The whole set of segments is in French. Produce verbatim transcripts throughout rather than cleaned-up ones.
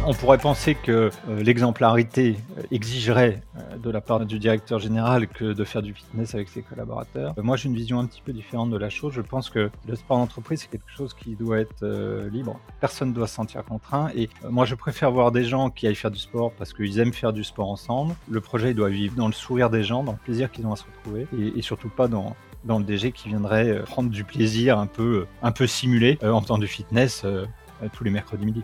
On pourrait penser que euh, l'exemplarité euh, exigerait euh, de la part du directeur général que de faire du fitness avec ses collaborateurs. Euh, moi, j'ai une vision un petit peu différente de la chose. Je pense que le sport d'entreprise, c'est quelque chose qui doit être euh, libre. Personne ne doit se sentir contraint. Et euh, moi, je préfère voir des gens qui aillent faire du sport parce qu'ils aiment faire du sport ensemble. Le projet, il doit vivre dans le sourire des gens, dans le plaisir qu'ils ont à se retrouver, et, et surtout pas dans dans le D G qui viendrait euh, prendre du plaisir un peu, un peu simulé euh, en faisant du fitness euh, euh, tous les mercredis midi.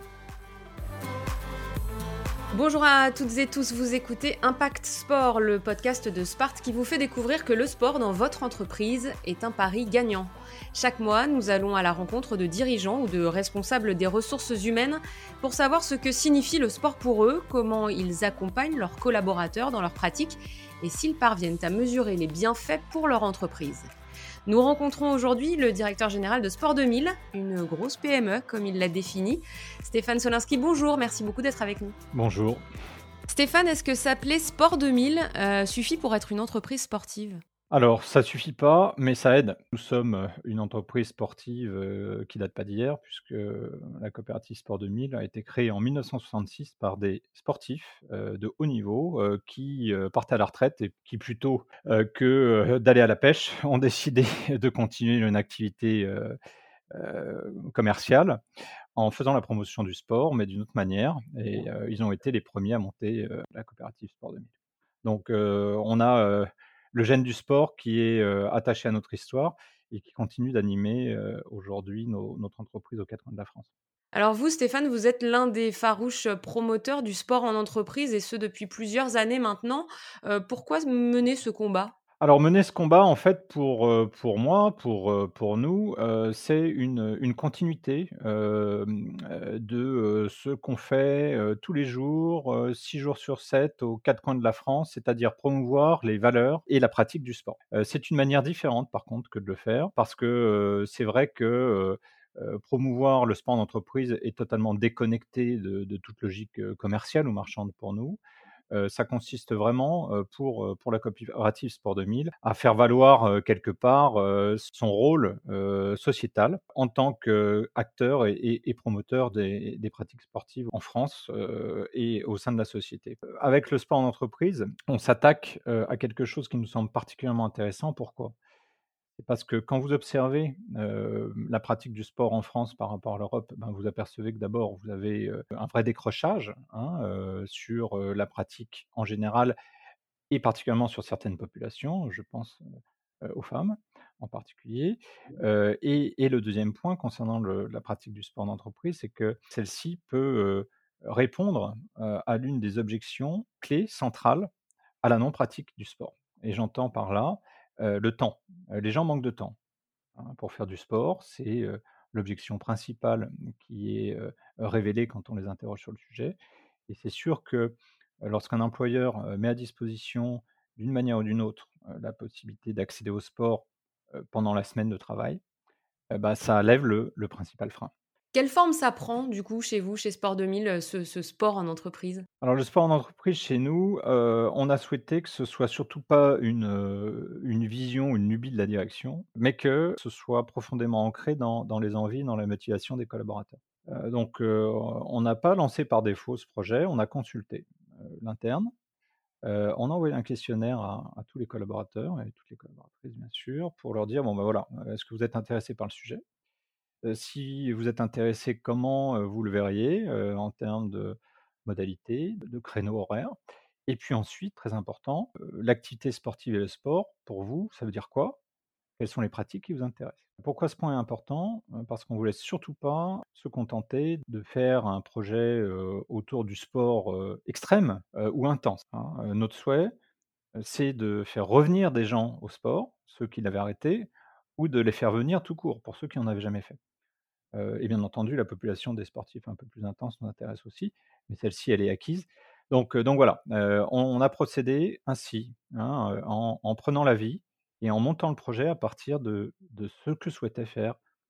Bonjour à toutes et tous, vous écoutez Impact Sport, le podcast de Sparte qui vous fait découvrir que le sport dans votre entreprise est un pari gagnant. Chaque mois, nous allons à la rencontre de dirigeants ou de responsables des ressources humaines pour savoir ce que signifie le sport pour eux, comment ils accompagnent leurs collaborateurs dans leur pratique et s'ils parviennent à mesurer les bienfaits pour leur entreprise. Nous rencontrons aujourd'hui le directeur général de Sport deux mille, une grosse P M E comme il l'a défini. Stéphane Solinski, bonjour, merci beaucoup d'être avec nous. Bonjour. Stéphane, est-ce que s'appeler Sport deux mille euh, suffit pour être une entreprise sportive ? Alors, ça suffit pas, mais ça aide. Nous sommes euh, une entreprise sportive euh, qui date pas d'hier, puisque la coopérative Sport deux mille a été créée en mille neuf cent soixante-six par des sportifs euh, de haut niveau euh, qui euh, partaient à la retraite et qui, plutôt euh, que euh, d'aller à la pêche, ont décidé de continuer une activité euh, euh, commerciale en faisant la promotion du sport, mais d'une autre manière. Et euh, ils ont été les premiers à monter euh, la coopérative Sport deux mille. Donc, euh, on a euh, le gène du sport qui est euh, attaché à notre histoire et qui continue d'animer euh, aujourd'hui nos- notre entreprise aux quatre coins de la France. Alors vous, Stéphane, vous êtes l'un des farouches promoteurs du sport en entreprise et ce depuis plusieurs années maintenant. Euh, pourquoi mener ce combat ? Alors, mener ce combat, en fait, pour, euh, pour moi, pour, euh, pour nous, euh, c'est une, une continuité euh, euh, de euh, ce qu'on fait euh, tous les jours, euh, six jours sur sept, aux quatre coins de la France, c'est-à-dire promouvoir les valeurs et la pratique du sport. Euh, c'est une manière différente, par contre, que de le faire, parce que euh, c'est vrai que euh, euh, promouvoir le sport en entreprise est totalement déconnecté de, de toute logique euh, commerciale ou marchande pour nous. Heu, ça consiste vraiment, heu, pour, heu, pour la coopérative Sport deux mille à faire valoir, heu, quelque part, heu, son rôle, heu, sociétal en tant qu'acteur et et et promoteur des des pratiques sportives en France, heu et au sein de la société. Heu, avec le sport en entreprise, on s'attaque, heu, à quelque chose qui nous semble particulièrement intéressant. Pourquoi? C'est parce que quand vous observez, heu, la pratique du sport en France par rapport à l'Europe, ben, vous apercevez que d'abord vous avez, heu, un vrai décrochage, hein, heu, sur, heu, la pratique en général et particulièrement sur certaines populations. Je pense, heu, aux femmes en particulier, heu et et le deuxième point concernant le la pratique du sport d'entreprise, c'est que celle-ci peut, heu, répondre, heu, à l'une des objections clés, centrales à la non-pratique du sport, et j'entends par là, heu, le temps. Heu, les gens manquent de temps, hein, pour faire du sport. C'est, heu, l'objection principale qui est, heu, révélée quand on les interroge sur le sujet, et c'est sûr que, heu, lorsqu'un employeur, heu, met à disposition, d'une manière ou d'une autre, heu, la possibilité d'accéder au sport, heu, pendant la semaine de travail, et bah, ça lève le le principal frein. Quelle forme ça prend, du coup, chez vous, chez Sport deux mille, euh, ce, ce sport en entreprise ? Alors le sport en entreprise chez nous, heu, on a souhaité que ce soit surtout pas une, heu, une vision, une lubie de la direction, mais que ce soit profondément ancré dans dans les envies, dans la motivation des collaborateurs. Heu, donc heu, on n'a pas lancé par défaut ce projet, on a consulté, heu, l'interne, heu, on a envoyé un questionnaire à à tous les collaborateurs et toutes les collaboratrices bien sûr, pour leur dire: «Bon, ben voilà, heu, est-ce que vous êtes intéressés par le sujet? Heu, si vous êtes intéressé, comment, heu, vous le verriez, heu, en termes de modalités, de créneaux horaires? Et puis ensuite, très important, heu, l'activité sportive et le sport, pour vous, ça veut dire quoi? Quelles sont les pratiques qui vous intéressent?» Pourquoi ce point est important? Heu, parce qu'on ne vous laisse surtout pas se contenter de faire un projet, heu, autour du sport, heu, extrême, heu, ou intense, hein. Heu, notre souhait, heu, c'est de faire revenir des gens au sport, ceux qui l'avaient arrêté, ou de les faire venir tout court, pour ceux qui en avaient jamais fait. Heu et bien entendu, la population des sportifs un peu plus intenses nous intéresse aussi, mais celle-ci, elle est acquise. Donc heu, donc voilà, heu, on on a procédé ainsi, hein, heu, en en prenant l'avis et en montant le projet à partir de de ce que souhaitait faire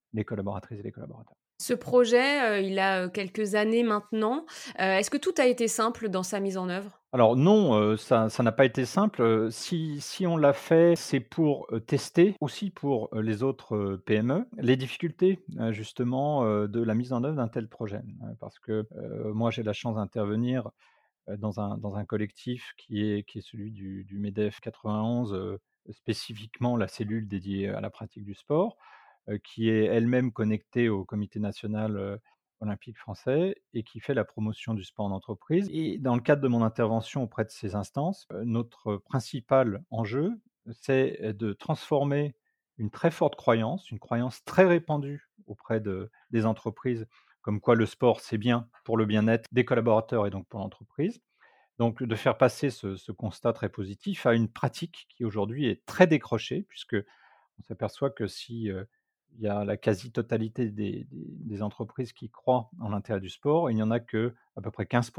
les collaboratrices et les collaborateurs. Ce projet, heu, il a, heu, quelques années maintenant. Heu, est-ce que tout a été simple dans sa mise en œuvre? Alors non, heu, ça ça n'a pas été simple, heu, si si on l'a fait, c'est pour, heu, tester, aussi pour, heu, les autres, heu, P M E, les difficultés, heu, justement, heu, de la mise en œuvre d'un tel projet. Heu, parce que, heu, moi j'ai la chance d'intervenir, heu, dans un dans un collectif qui est qui est celui du du MEDEF quatre-vingt-onze, heu, spécifiquement la cellule dédiée à la pratique du sport, heu, qui est elle-même connectée au comité national, heu, olympique français et qui fait la promotion du sport en entreprise et dans le cadre de mon intervention auprès de ces instances, heu, notre principal enjeu, c'est, heu, de transformer une très forte croyance, une croyance très répandue auprès de des entreprises, comme quoi le sport, c'est bien pour le bien-être des collaborateurs et donc pour l'entreprise. Donc de faire passer ce ce constat très positif à une pratique qui aujourd'hui est très décrochée puisqu'on s'aperçoit que si, heu, il y a la quasi-totalité des des des entreprises qui croient en l'intérêt du sport, il n'y en a qu'à peu près quinze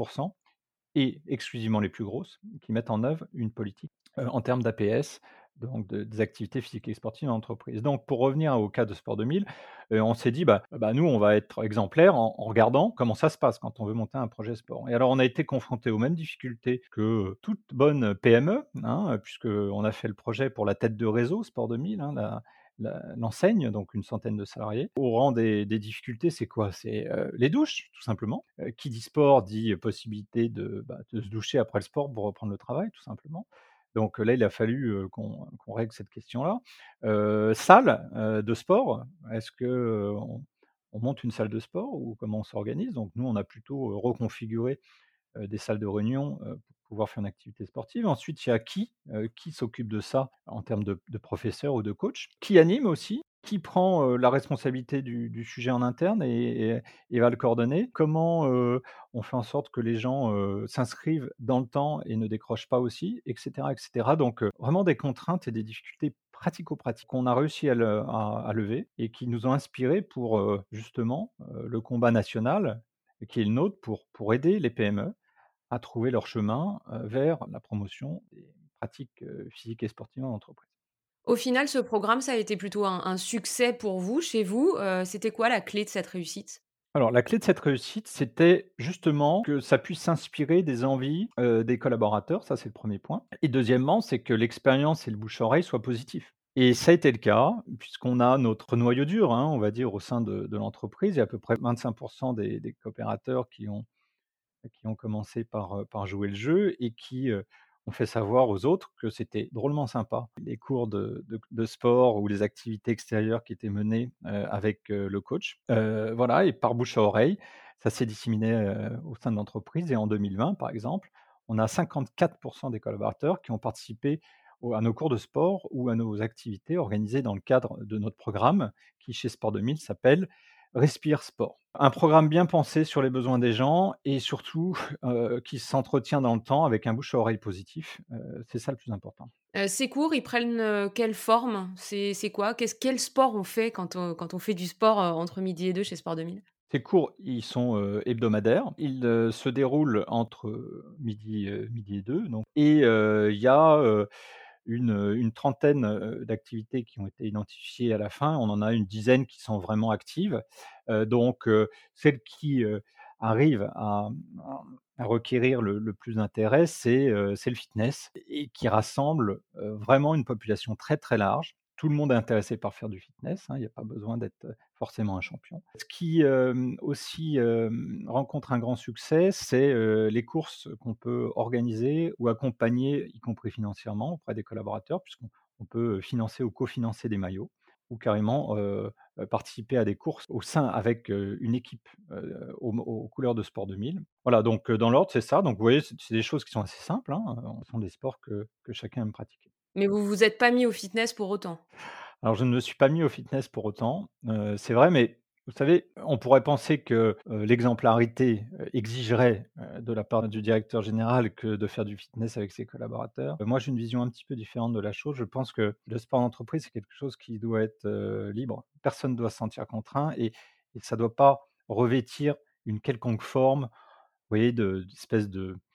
et exclusivement les plus grosses, qui mettent en œuvre une politique, heu, en termes d'A P S, donc de des activités physiques et sportives en entreprise. Donc pour revenir au cas de Sport deux mille, heu, on s'est dit: «Bah bah, nous, on va être exemplaires en en regardant comment ça se passe quand on veut monter un projet sport» et alors on a été confrontés aux mêmes difficultés que, heu, toute bonne P M E, hein, puisqu'on a fait le projet pour la tête de réseau Sport deux mille, hein, la la l'enseigne, donc une centaine de salariés. Au rang des des difficultés, c'est quoi? C'est, heu, les douches, tout simplement. Heu, qui dit sport dit possibilité de, bah, de se doucher après le sport pour reprendre le travail, tout simplement. Donc là, il a fallu, heu, qu'on qu'on règle cette question-là. Heu, salle, heu, de sport, est-ce que, heu, on on monte une salle de sport ou comment on s'organise? Donc nous, on a plutôt, heu, reconfiguré, heu, des salles de réunion, heu, pour pouvoir faire une activité sportive. Ensuite, il y a qui, heu, qui s'occupe de ça en termes de de professeurs ou de coach? Qui anime aussi? Qui prend, heu, la responsabilité du du sujet en interne et et et va le coordonner? Comment, heu, on fait en sorte que les gens, heu, s'inscrivent dans le temps et ne décrochent pas aussi? Et cetera, et cetera. Donc, heu, vraiment des contraintes et des difficultés pratico-pratiques qu'on a réussi à le à à lever et qui nous ont inspirés pour, heu, justement, heu, le combat national qui est le nôtre pour pour aider les P M E à trouver leur chemin, heu, vers la promotion des pratiques, heu, physiques et sportives en entreprise. Au final, ce programme, ça a été plutôt un un succès pour vous, chez vous. Heu, c'était quoi la clé de cette réussite? Alors la clé de cette réussite, c'était justement que ça puisse s'inspirer des envies, heu, des collaborateurs, ça c'est le premier point et deuxièmement, c'est que l'expérience et le bouche-à-oreille soient positifs et ça a été le cas puisqu'on a notre noyau dur, hein, on va dire au sein de de l'entreprise. Il y a à peu près vingt-cinq des des coopérateurs qui ont qui ont commencé par, heu, par jouer le jeu et qui, heu, ont fait savoir aux autres que c'était drôlement sympa. Les cours de de de sport ou les activités extérieures qui étaient menées, heu, avec, heu, le coach. Heu, voilà et par bouche à oreille, ça s'est disséminé, heu, au sein de l'entreprise et en deux mille vingt, par exemple, on a cinquante-quatre des collaborateurs qui ont participé au à nos cours de sport ou à nos activités organisées dans le cadre de notre programme qui, chez Sport deux mille, s'appelle Respire Sport. Un programme bien pensé sur les besoins des gens et surtout, heu, qui s'entretient dans le temps avec un bouche à oreille positif, heu, c'est ça le plus important. Heu, ces cours, ils prennent, heu, quelle forme? C'est c'est quoi? Qu'est-ce quel sport on fait quand on quand on fait du sport, heu, entre midi et deux chez Sport deux mille? Ces cours, ils sont, heu, hebdomadaires. Ils, heu, se déroulent entre, heu, midi, heu, midi et deux donc et heu, il y a, heu, une, heu, une trentaine, heu, d'activités qui ont été identifiées à la fin. On en a une dizaine qui sont vraiment actives. Heu, donc heu, celles qui, heu, arrivent à, mmh, à requérir le le plus d'intérêt, c'est, heu, c'est le fitness et qui rassemble, heu, vraiment une population très, très large. Tout le monde est intéressé par faire du fitness, hein, il y a pas besoin d'être, heu, forcément un champion. Ce qui, hem, aussi, hem, rencontre un grand succès, c'est, heu, les courses qu'on peut organiser ou accompagner, y compris financièrement, auprès des collaborateurs, puisqu'on on peut, financer ou cofinancer des maillots ou carrément, heu heu, participer à des courses au sein avec, heu, une équipe, heu, aux aux couleurs de Sport deux mille. Voilà, donc heu, dans l'ordre, c'est ça. Donc vous voyez, c'est c'est des choses qui sont assez simples, hein, heu, ce sont des sports que que chacun aime pratiquer. Mais vous vous êtes pas mis au fitness pour autant? Alors je ne me suis pas mis au fitness pour autant, heu, c'est vrai, mais vous savez, on pourrait penser que, heu, l'exemplarité, heu, exigerait, heu, de la part du directeur général que de faire du fitness avec ses collaborateurs. Heu, moi, j'ai une vision un petit peu différente de la chose. Je pense que le sport d'entreprise, c'est quelque chose qui doit être, heu, libre. Personne ne doit se sentir contraint et et ça ne doit pas revêtir une quelconque forme, vous voyez, de d'espèce de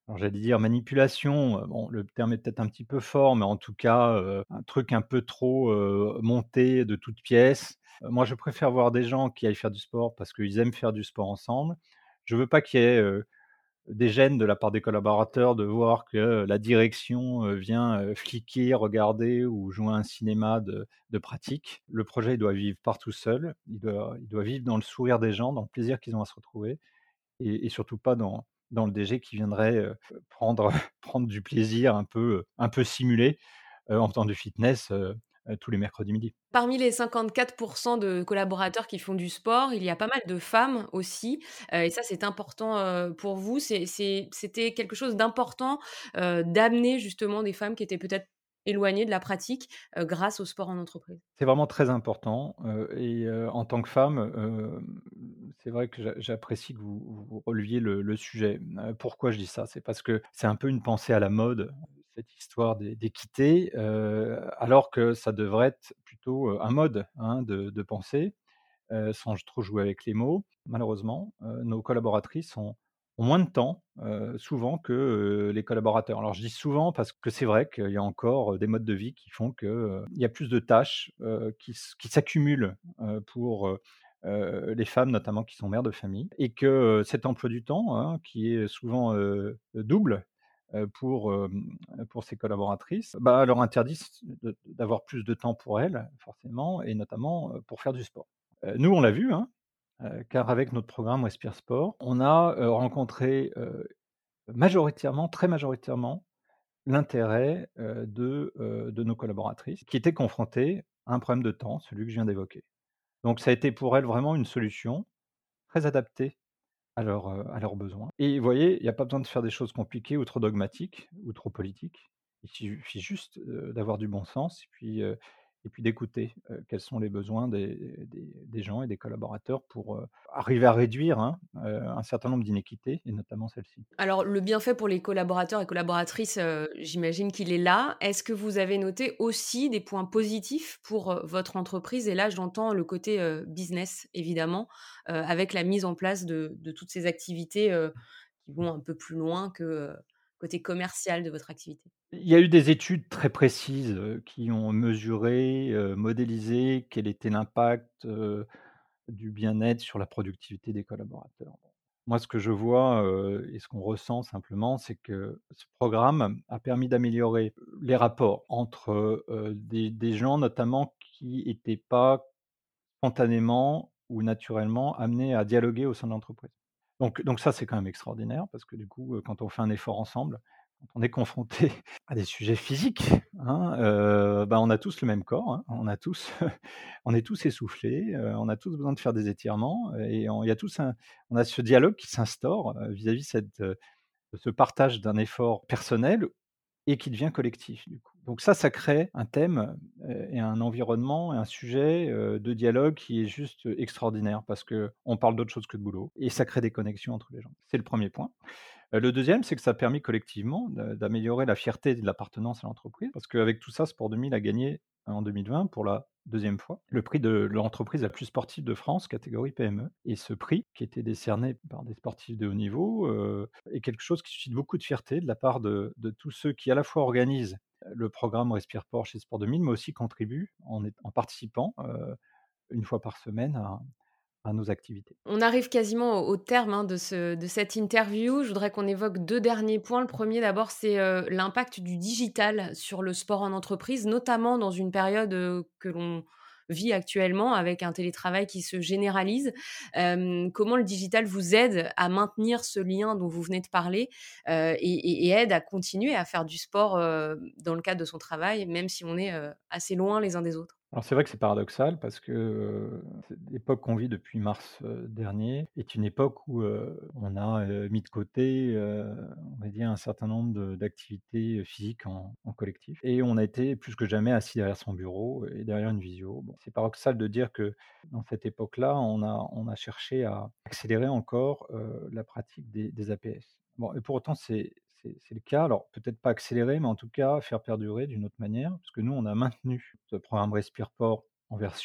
Alors j'allais dire manipulation, heu, bon le terme est peut-être un petit peu fort, mais en tout cas, heu, un truc un peu trop, heu, monté de toutes pièces. Heu, moi je préfère voir des gens qui aillent faire du sport parce qu'ils aiment faire du sport ensemble. Je veux pas qu'il y ait, heu, des gênes de la part des collaborateurs de voir que la direction, heu, vient, heu, fliquer, regarder ou jouer à un cinéma de de pratique. Le projet, il doit vivre par tout seul, il doit il doit vivre dans le sourire des gens, dans le plaisir qu'ils ont à se retrouver et et surtout pas dans dans le D G qui viendrait, heu, prendre prendre du plaisir un peu, heu, un peu simulé, heu, en faisant du fitness, heu heu, tous les mercredis midi. Parmi les cinquante-quatre de collaborateurs qui font du sport, il y a pas mal de femmes aussi, heu et ça c'est important, heu, pour vous. C'est c'est c'était quelque chose d'important, heu, d'amener justement des femmes qui étaient peut-être éloignées de la pratique, heu, grâce au sport en entreprise? C'est vraiment très important, heu et heu, en tant que femme, hem, c'est vrai que j'a j'apprécie que vous vous releviez le le sujet. Heu, pourquoi je dis ça? C'est parce que c'est un peu une pensée à la mode, cette histoire d'é d'équité, heu, alors que ça devrait être plutôt, heu, un mode, hein, de de pensée. Heu, sans j trop jouer avec les mots. Malheureusement, heu, nos collaboratrices ont ont moins de temps, heu, souvent que, heu, les collaborateurs. Alors je dis souvent parce que c'est vrai qu'il y a encore, heu, des modes de vie qui font que, heu, il y a plus de tâches, heu, qui s qui s'accumulent, heu, pour, heu heu, les femmes notamment qui sont mères de famille et que, heu, cet emploi du temps, hein, qui est souvent, heu, double, heu, pour, hem, pour ces collaboratrices, bah, leur interdisent de d'avoir plus de temps pour elles, forcément et notamment, heu, pour faire du sport. Heu, nous, on l'a vu, hein, heu, car avec notre programme Respire Sport, on a, heu, rencontré, heu, majoritairement, très majoritairement, l'intérêt, heu, de, heu, de nos collaboratrices qui étaient confrontées à un problème de temps, celui que je viens d'évoquer. Donc ça a été pour elles vraiment une solution très adaptée à leurs, heu, à leurs besoins et vous voyez, il y a pas besoin de faire des choses compliquées ou trop dogmatiques ou trop politiques. Il suffit juste, heu, d'avoir du bon sens et puis, heu et puis d'écouter, heu, quels sont les besoins des des des gens et des collaborateurs pour, heu, arriver à réduire, hein, heu, un certain nombre d'inéquités et notamment celle-ci. Alors, le bienfait pour les collaborateurs et collaboratrices, heu, j'imagine qu'il est là. Est-ce que vous avez noté aussi des points positifs pour, heu, votre entreprise? Et là, j'entends le côté, heu, business évidemment, heu, avec la mise en place de de toutes ces activités, heu, qui vont un peu plus loin que, heu, côté commercial de votre activité. Il y a eu des études très précises, heu, qui ont mesuré, heu, modélisé quel était l'impact, heu, du bien-être sur la productivité des collaborateurs. Moi, ce que je vois, heu et ce qu'on ressent simplement, c'est que ce programme a permis d'améliorer les rapports entre, heu, des des gens notamment qui étaient pas spontanément ou naturellement amenés à dialoguer au sein de l'entreprise. Donc donc ça, c'est quand même extraordinaire parce que du coup, heu, quand on fait un effort ensemble, quand on est confronté à des sujets physiques, hein, heu, bah, on a tous le même corps, hein, on a tous on est tous essoufflés, heu, on a tous besoin de faire des étirements et on il y a tous un on a ce dialogue qui s'instaure, heu, vis-à-vis cette, heu, de ce partage d'un effort personnel et qui devient collectif, du coup. Donc ça, ça crée un thème, heu et un environnement et un sujet, heu, de dialogue qui est juste extraordinaire parce qu'on parle d'autre chose que de boulot et ça crée des connexions entre les gens. C'est le premier point. Heu, le deuxième, c'est que ça a permis collectivement de d'améliorer la fierté de l'appartenance à l'entreprise parce qu'avec tout ça, Sport deux mille a gagné en deux mille vingt pour la deuxième fois le prix de l'entreprise la plus sportive de France, catégorie P M E et ce prix, qui était décerné par des sportifs de haut niveau, heu, est quelque chose qui suscite beaucoup de fierté de la part de de tous ceux qui, à la fois, organisent le programme Respire Sport chez Sport deux mille, mais aussi contribuent en ét en participant, heu, une fois par semaine à à nos activités. On arrive quasiment au au terme, hein, de ce de cette interview. Je voudrais qu'on évoque deux derniers points. Le premier d'abord, c'est, heu, l'impact du digital sur le sport en entreprise, notamment dans une période, heu, que l'on vit actuellement avec un télétravail qui se généralise. Hem, comment le digital vous aide à maintenir ce lien dont vous venez de parler, heu, et et et aide à continuer à faire du sport, heu, dans le cadre de son travail, même si on est, heu, assez loin les uns des autres? Alors c'est vrai que c'est paradoxal parce que, heu, c'est l'époque qu'on vit depuis mars, heu, dernier est une époque où, heu, on a, heu, mis de côté, heu, on va dire un certain nombre de d'activités, heu, physiques en en collectif et on a été plus que jamais assis derrière son bureau et derrière une visio. Bon, c'est paradoxal de dire que dans cette époque-là, on a on a cherché à accélérer encore, heu, la pratique des des A P S. Bon et pour autant c'est c'est c'est le cas. Alors peut-être pas accélérer, mais en tout cas faire perdurer d'une autre manière, parce que nous on a maintenu ce programme Respire Sport en version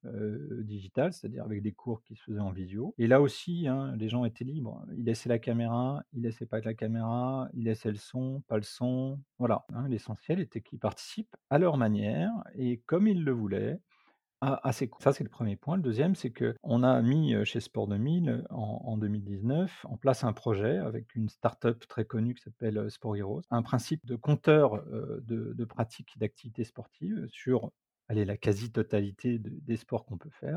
heu, digital, c'est-à-dire avec des cours qui se faisaient en visio et là aussi, hein, les gens étaient libres. Ils laissaient la caméra, ils laissaient pas la caméra, ils laissaient le son, pas le son, voilà, hein. L'essentiel était qu'ils participent à leur manière et comme ils le voulaient. Ah ah c'est ça c'est le premier point. Le deuxième, c'est qu'on a mis, heu, chez Sport deux mille, en en deux mille dix-neuf, en place un projet avec une start-up très connue qui s'appelle, heu, Sport Heroes. Un principe de compteur, heu, de de pratiques d'activités sportives sur, allez, la quasi-totalité de des sports qu'on peut faire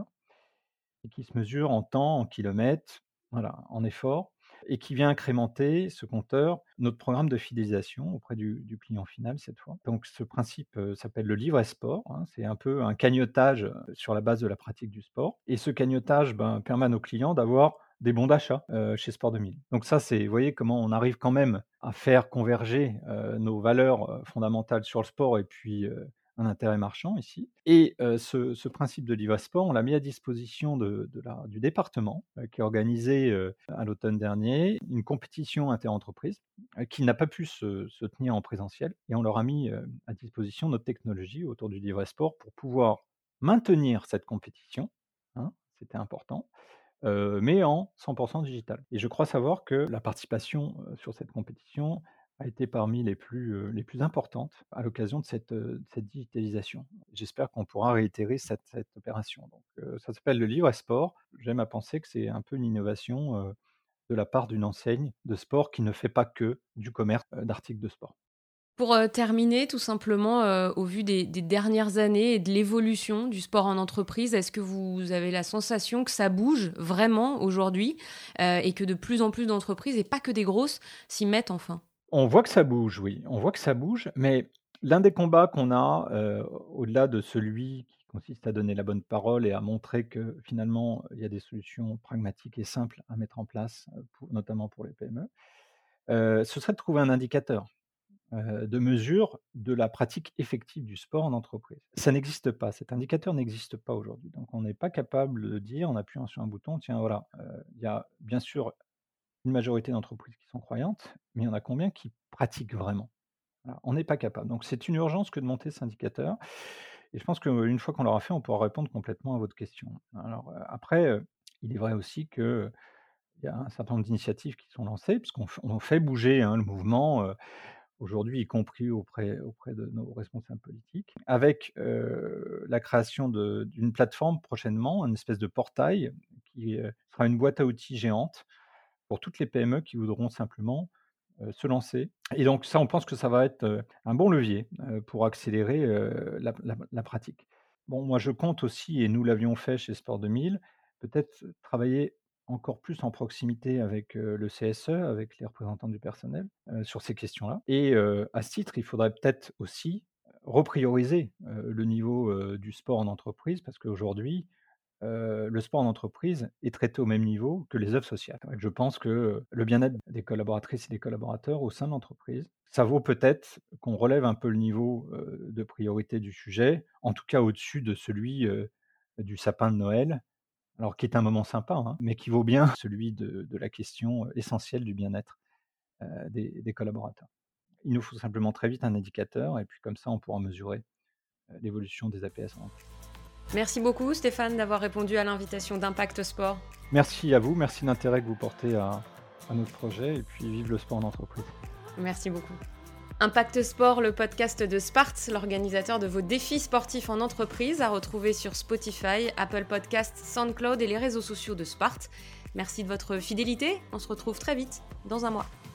et qui se mesure en temps, en kilomètres, voilà, en effort et qui vient incrémenter, ce compteur, notre programme de fidélisation auprès du du client final cette fois. Donc ce principe, heu, s'appelle le livret sport, hein. C'est un peu un cagnotage, heu, sur la base de la pratique du sport et ce cagnotage, ben, permet à nos clients d'avoir des bons d'achat, heu, chez Sport deux mille. Donc ça, c'est vous voyez comment on arrive quand même à faire converger, heu, nos valeurs, heu, fondamentales sur le sport et puis, heu, un intérêt marchand ici et heu, ce ce principe de livret sport, on l'a mis à disposition de de la du département, heu, qui a organisé, heu, à l'automne dernier, une compétition interentreprises, heu, qui n'a pas pu se se tenir en présentiel et on leur a mis, heu, à disposition notre technologie autour du livret sport pour pouvoir maintenir cette compétition, hein, c'était important, heu, mais en cent pour cent digital et je crois savoir que la participation, heu, sur cette compétition a été parmi les plus, heu, les plus importantes à l'occasion de cette, heu, de cette digitalisation. J'espère qu'on pourra réitérer cette cette opération donc heu, ça s'appelle le livret sport. J'aime à penser que c'est un peu une innovation, heu, de la part d'une enseigne de sport qui ne fait pas que du commerce, heu, d'articles de sport. Pour, heu, terminer tout simplement, heu, au vu des des dernières années et de l'évolution du sport en entreprise, est-ce que vous avez la sensation que ça bouge vraiment aujourd'hui, heu, et que de plus en plus d'entreprises et pas que des grosses, s'y mettent enfin? On voit que ça bouge, oui, on voit que ça bouge, mais l'un des combats qu'on a, heu, au-delà de celui qui consiste à donner la bonne parole et à montrer que finalement, il y a des solutions pragmatiques et simples à mettre en place, heu, pour notamment pour les P M E, heu, ce serait de trouver un indicateur, heu, de mesure de la pratique effective du sport en entreprise. Ça n'existe pas, cet indicateur n'existe pas aujourd'hui, donc on n'est pas capable de dire en appuyant sur un bouton: «Tiens voilà, heu, il y a bien sûr une majorité d'entreprises qui sont croyantes, mais il y en a combien qui pratiquent vraiment?» Voilà, on n'est pas capable. Donc c'est une urgence que de monter cet indicateur et je pense qu'une fois qu'on l'aura fait, on pourra répondre complètement à votre question. Alors, heu, après, heu, il est vrai aussi qu'il y a un certain nombre d'initiatives qui sont lancées puisqu'on f on fait bouger, hein, le mouvement, heu, aujourd'hui, y compris auprès auprès de nos responsables politiques, avec, heu, la création de d'une plateforme prochainement, une espèce de portail qui, heu, sera une boîte à outils géante pour toutes les P M E qui voudront simplement, heu, se lancer et donc ça, on pense que ça va être, heu, un bon levier, heu, pour accélérer, heu, la la la pratique. Bon, moi, je compte aussi et nous l'avions fait chez Sport deux mille, peut-être travailler encore plus en proximité avec, heu, le C S E, avec les représentants du personnel, heu, sur ces questions-là et heu, à ce titre, il faudrait peut-être aussi reprioriser, heu, le niveau, heu, du sport en entreprise parce qu'aujourd'hui, Heu, le sport en entreprise est traité au même niveau que les œuvres sociales. Je pense que, le bien-être des collaboratrices et des collaborateurs au sein de l'entreprise, ça vaut peut-être qu'on relève un peu le niveau, heu, de priorité du sujet, en tout cas au-dessus de celui, heu, du sapin de Noël, alors qui est un moment sympa, hein, mais qui vaut bien celui de de la question, essentielle du bien-être, heu, des des collaborateurs. Il nous faut simplement très vite un indicateur et puis comme ça on pourra mesurer, heu, l'évolution des A P S en entreprise. Merci beaucoup Stéphane d'avoir répondu à l'invitation d'Impact Sport. Merci à vous, merci de l'intérêt que vous portez à à notre projet et puis vive le sport en entreprise. Merci beaucoup. Impact Sport, le podcast de Sparte, l'organisateur de vos défis sportifs en entreprise, à retrouver sur Spotify, Apple Podcasts, SoundCloud et les réseaux sociaux de Sparte. Merci de votre fidélité, on se retrouve très vite dans un mois.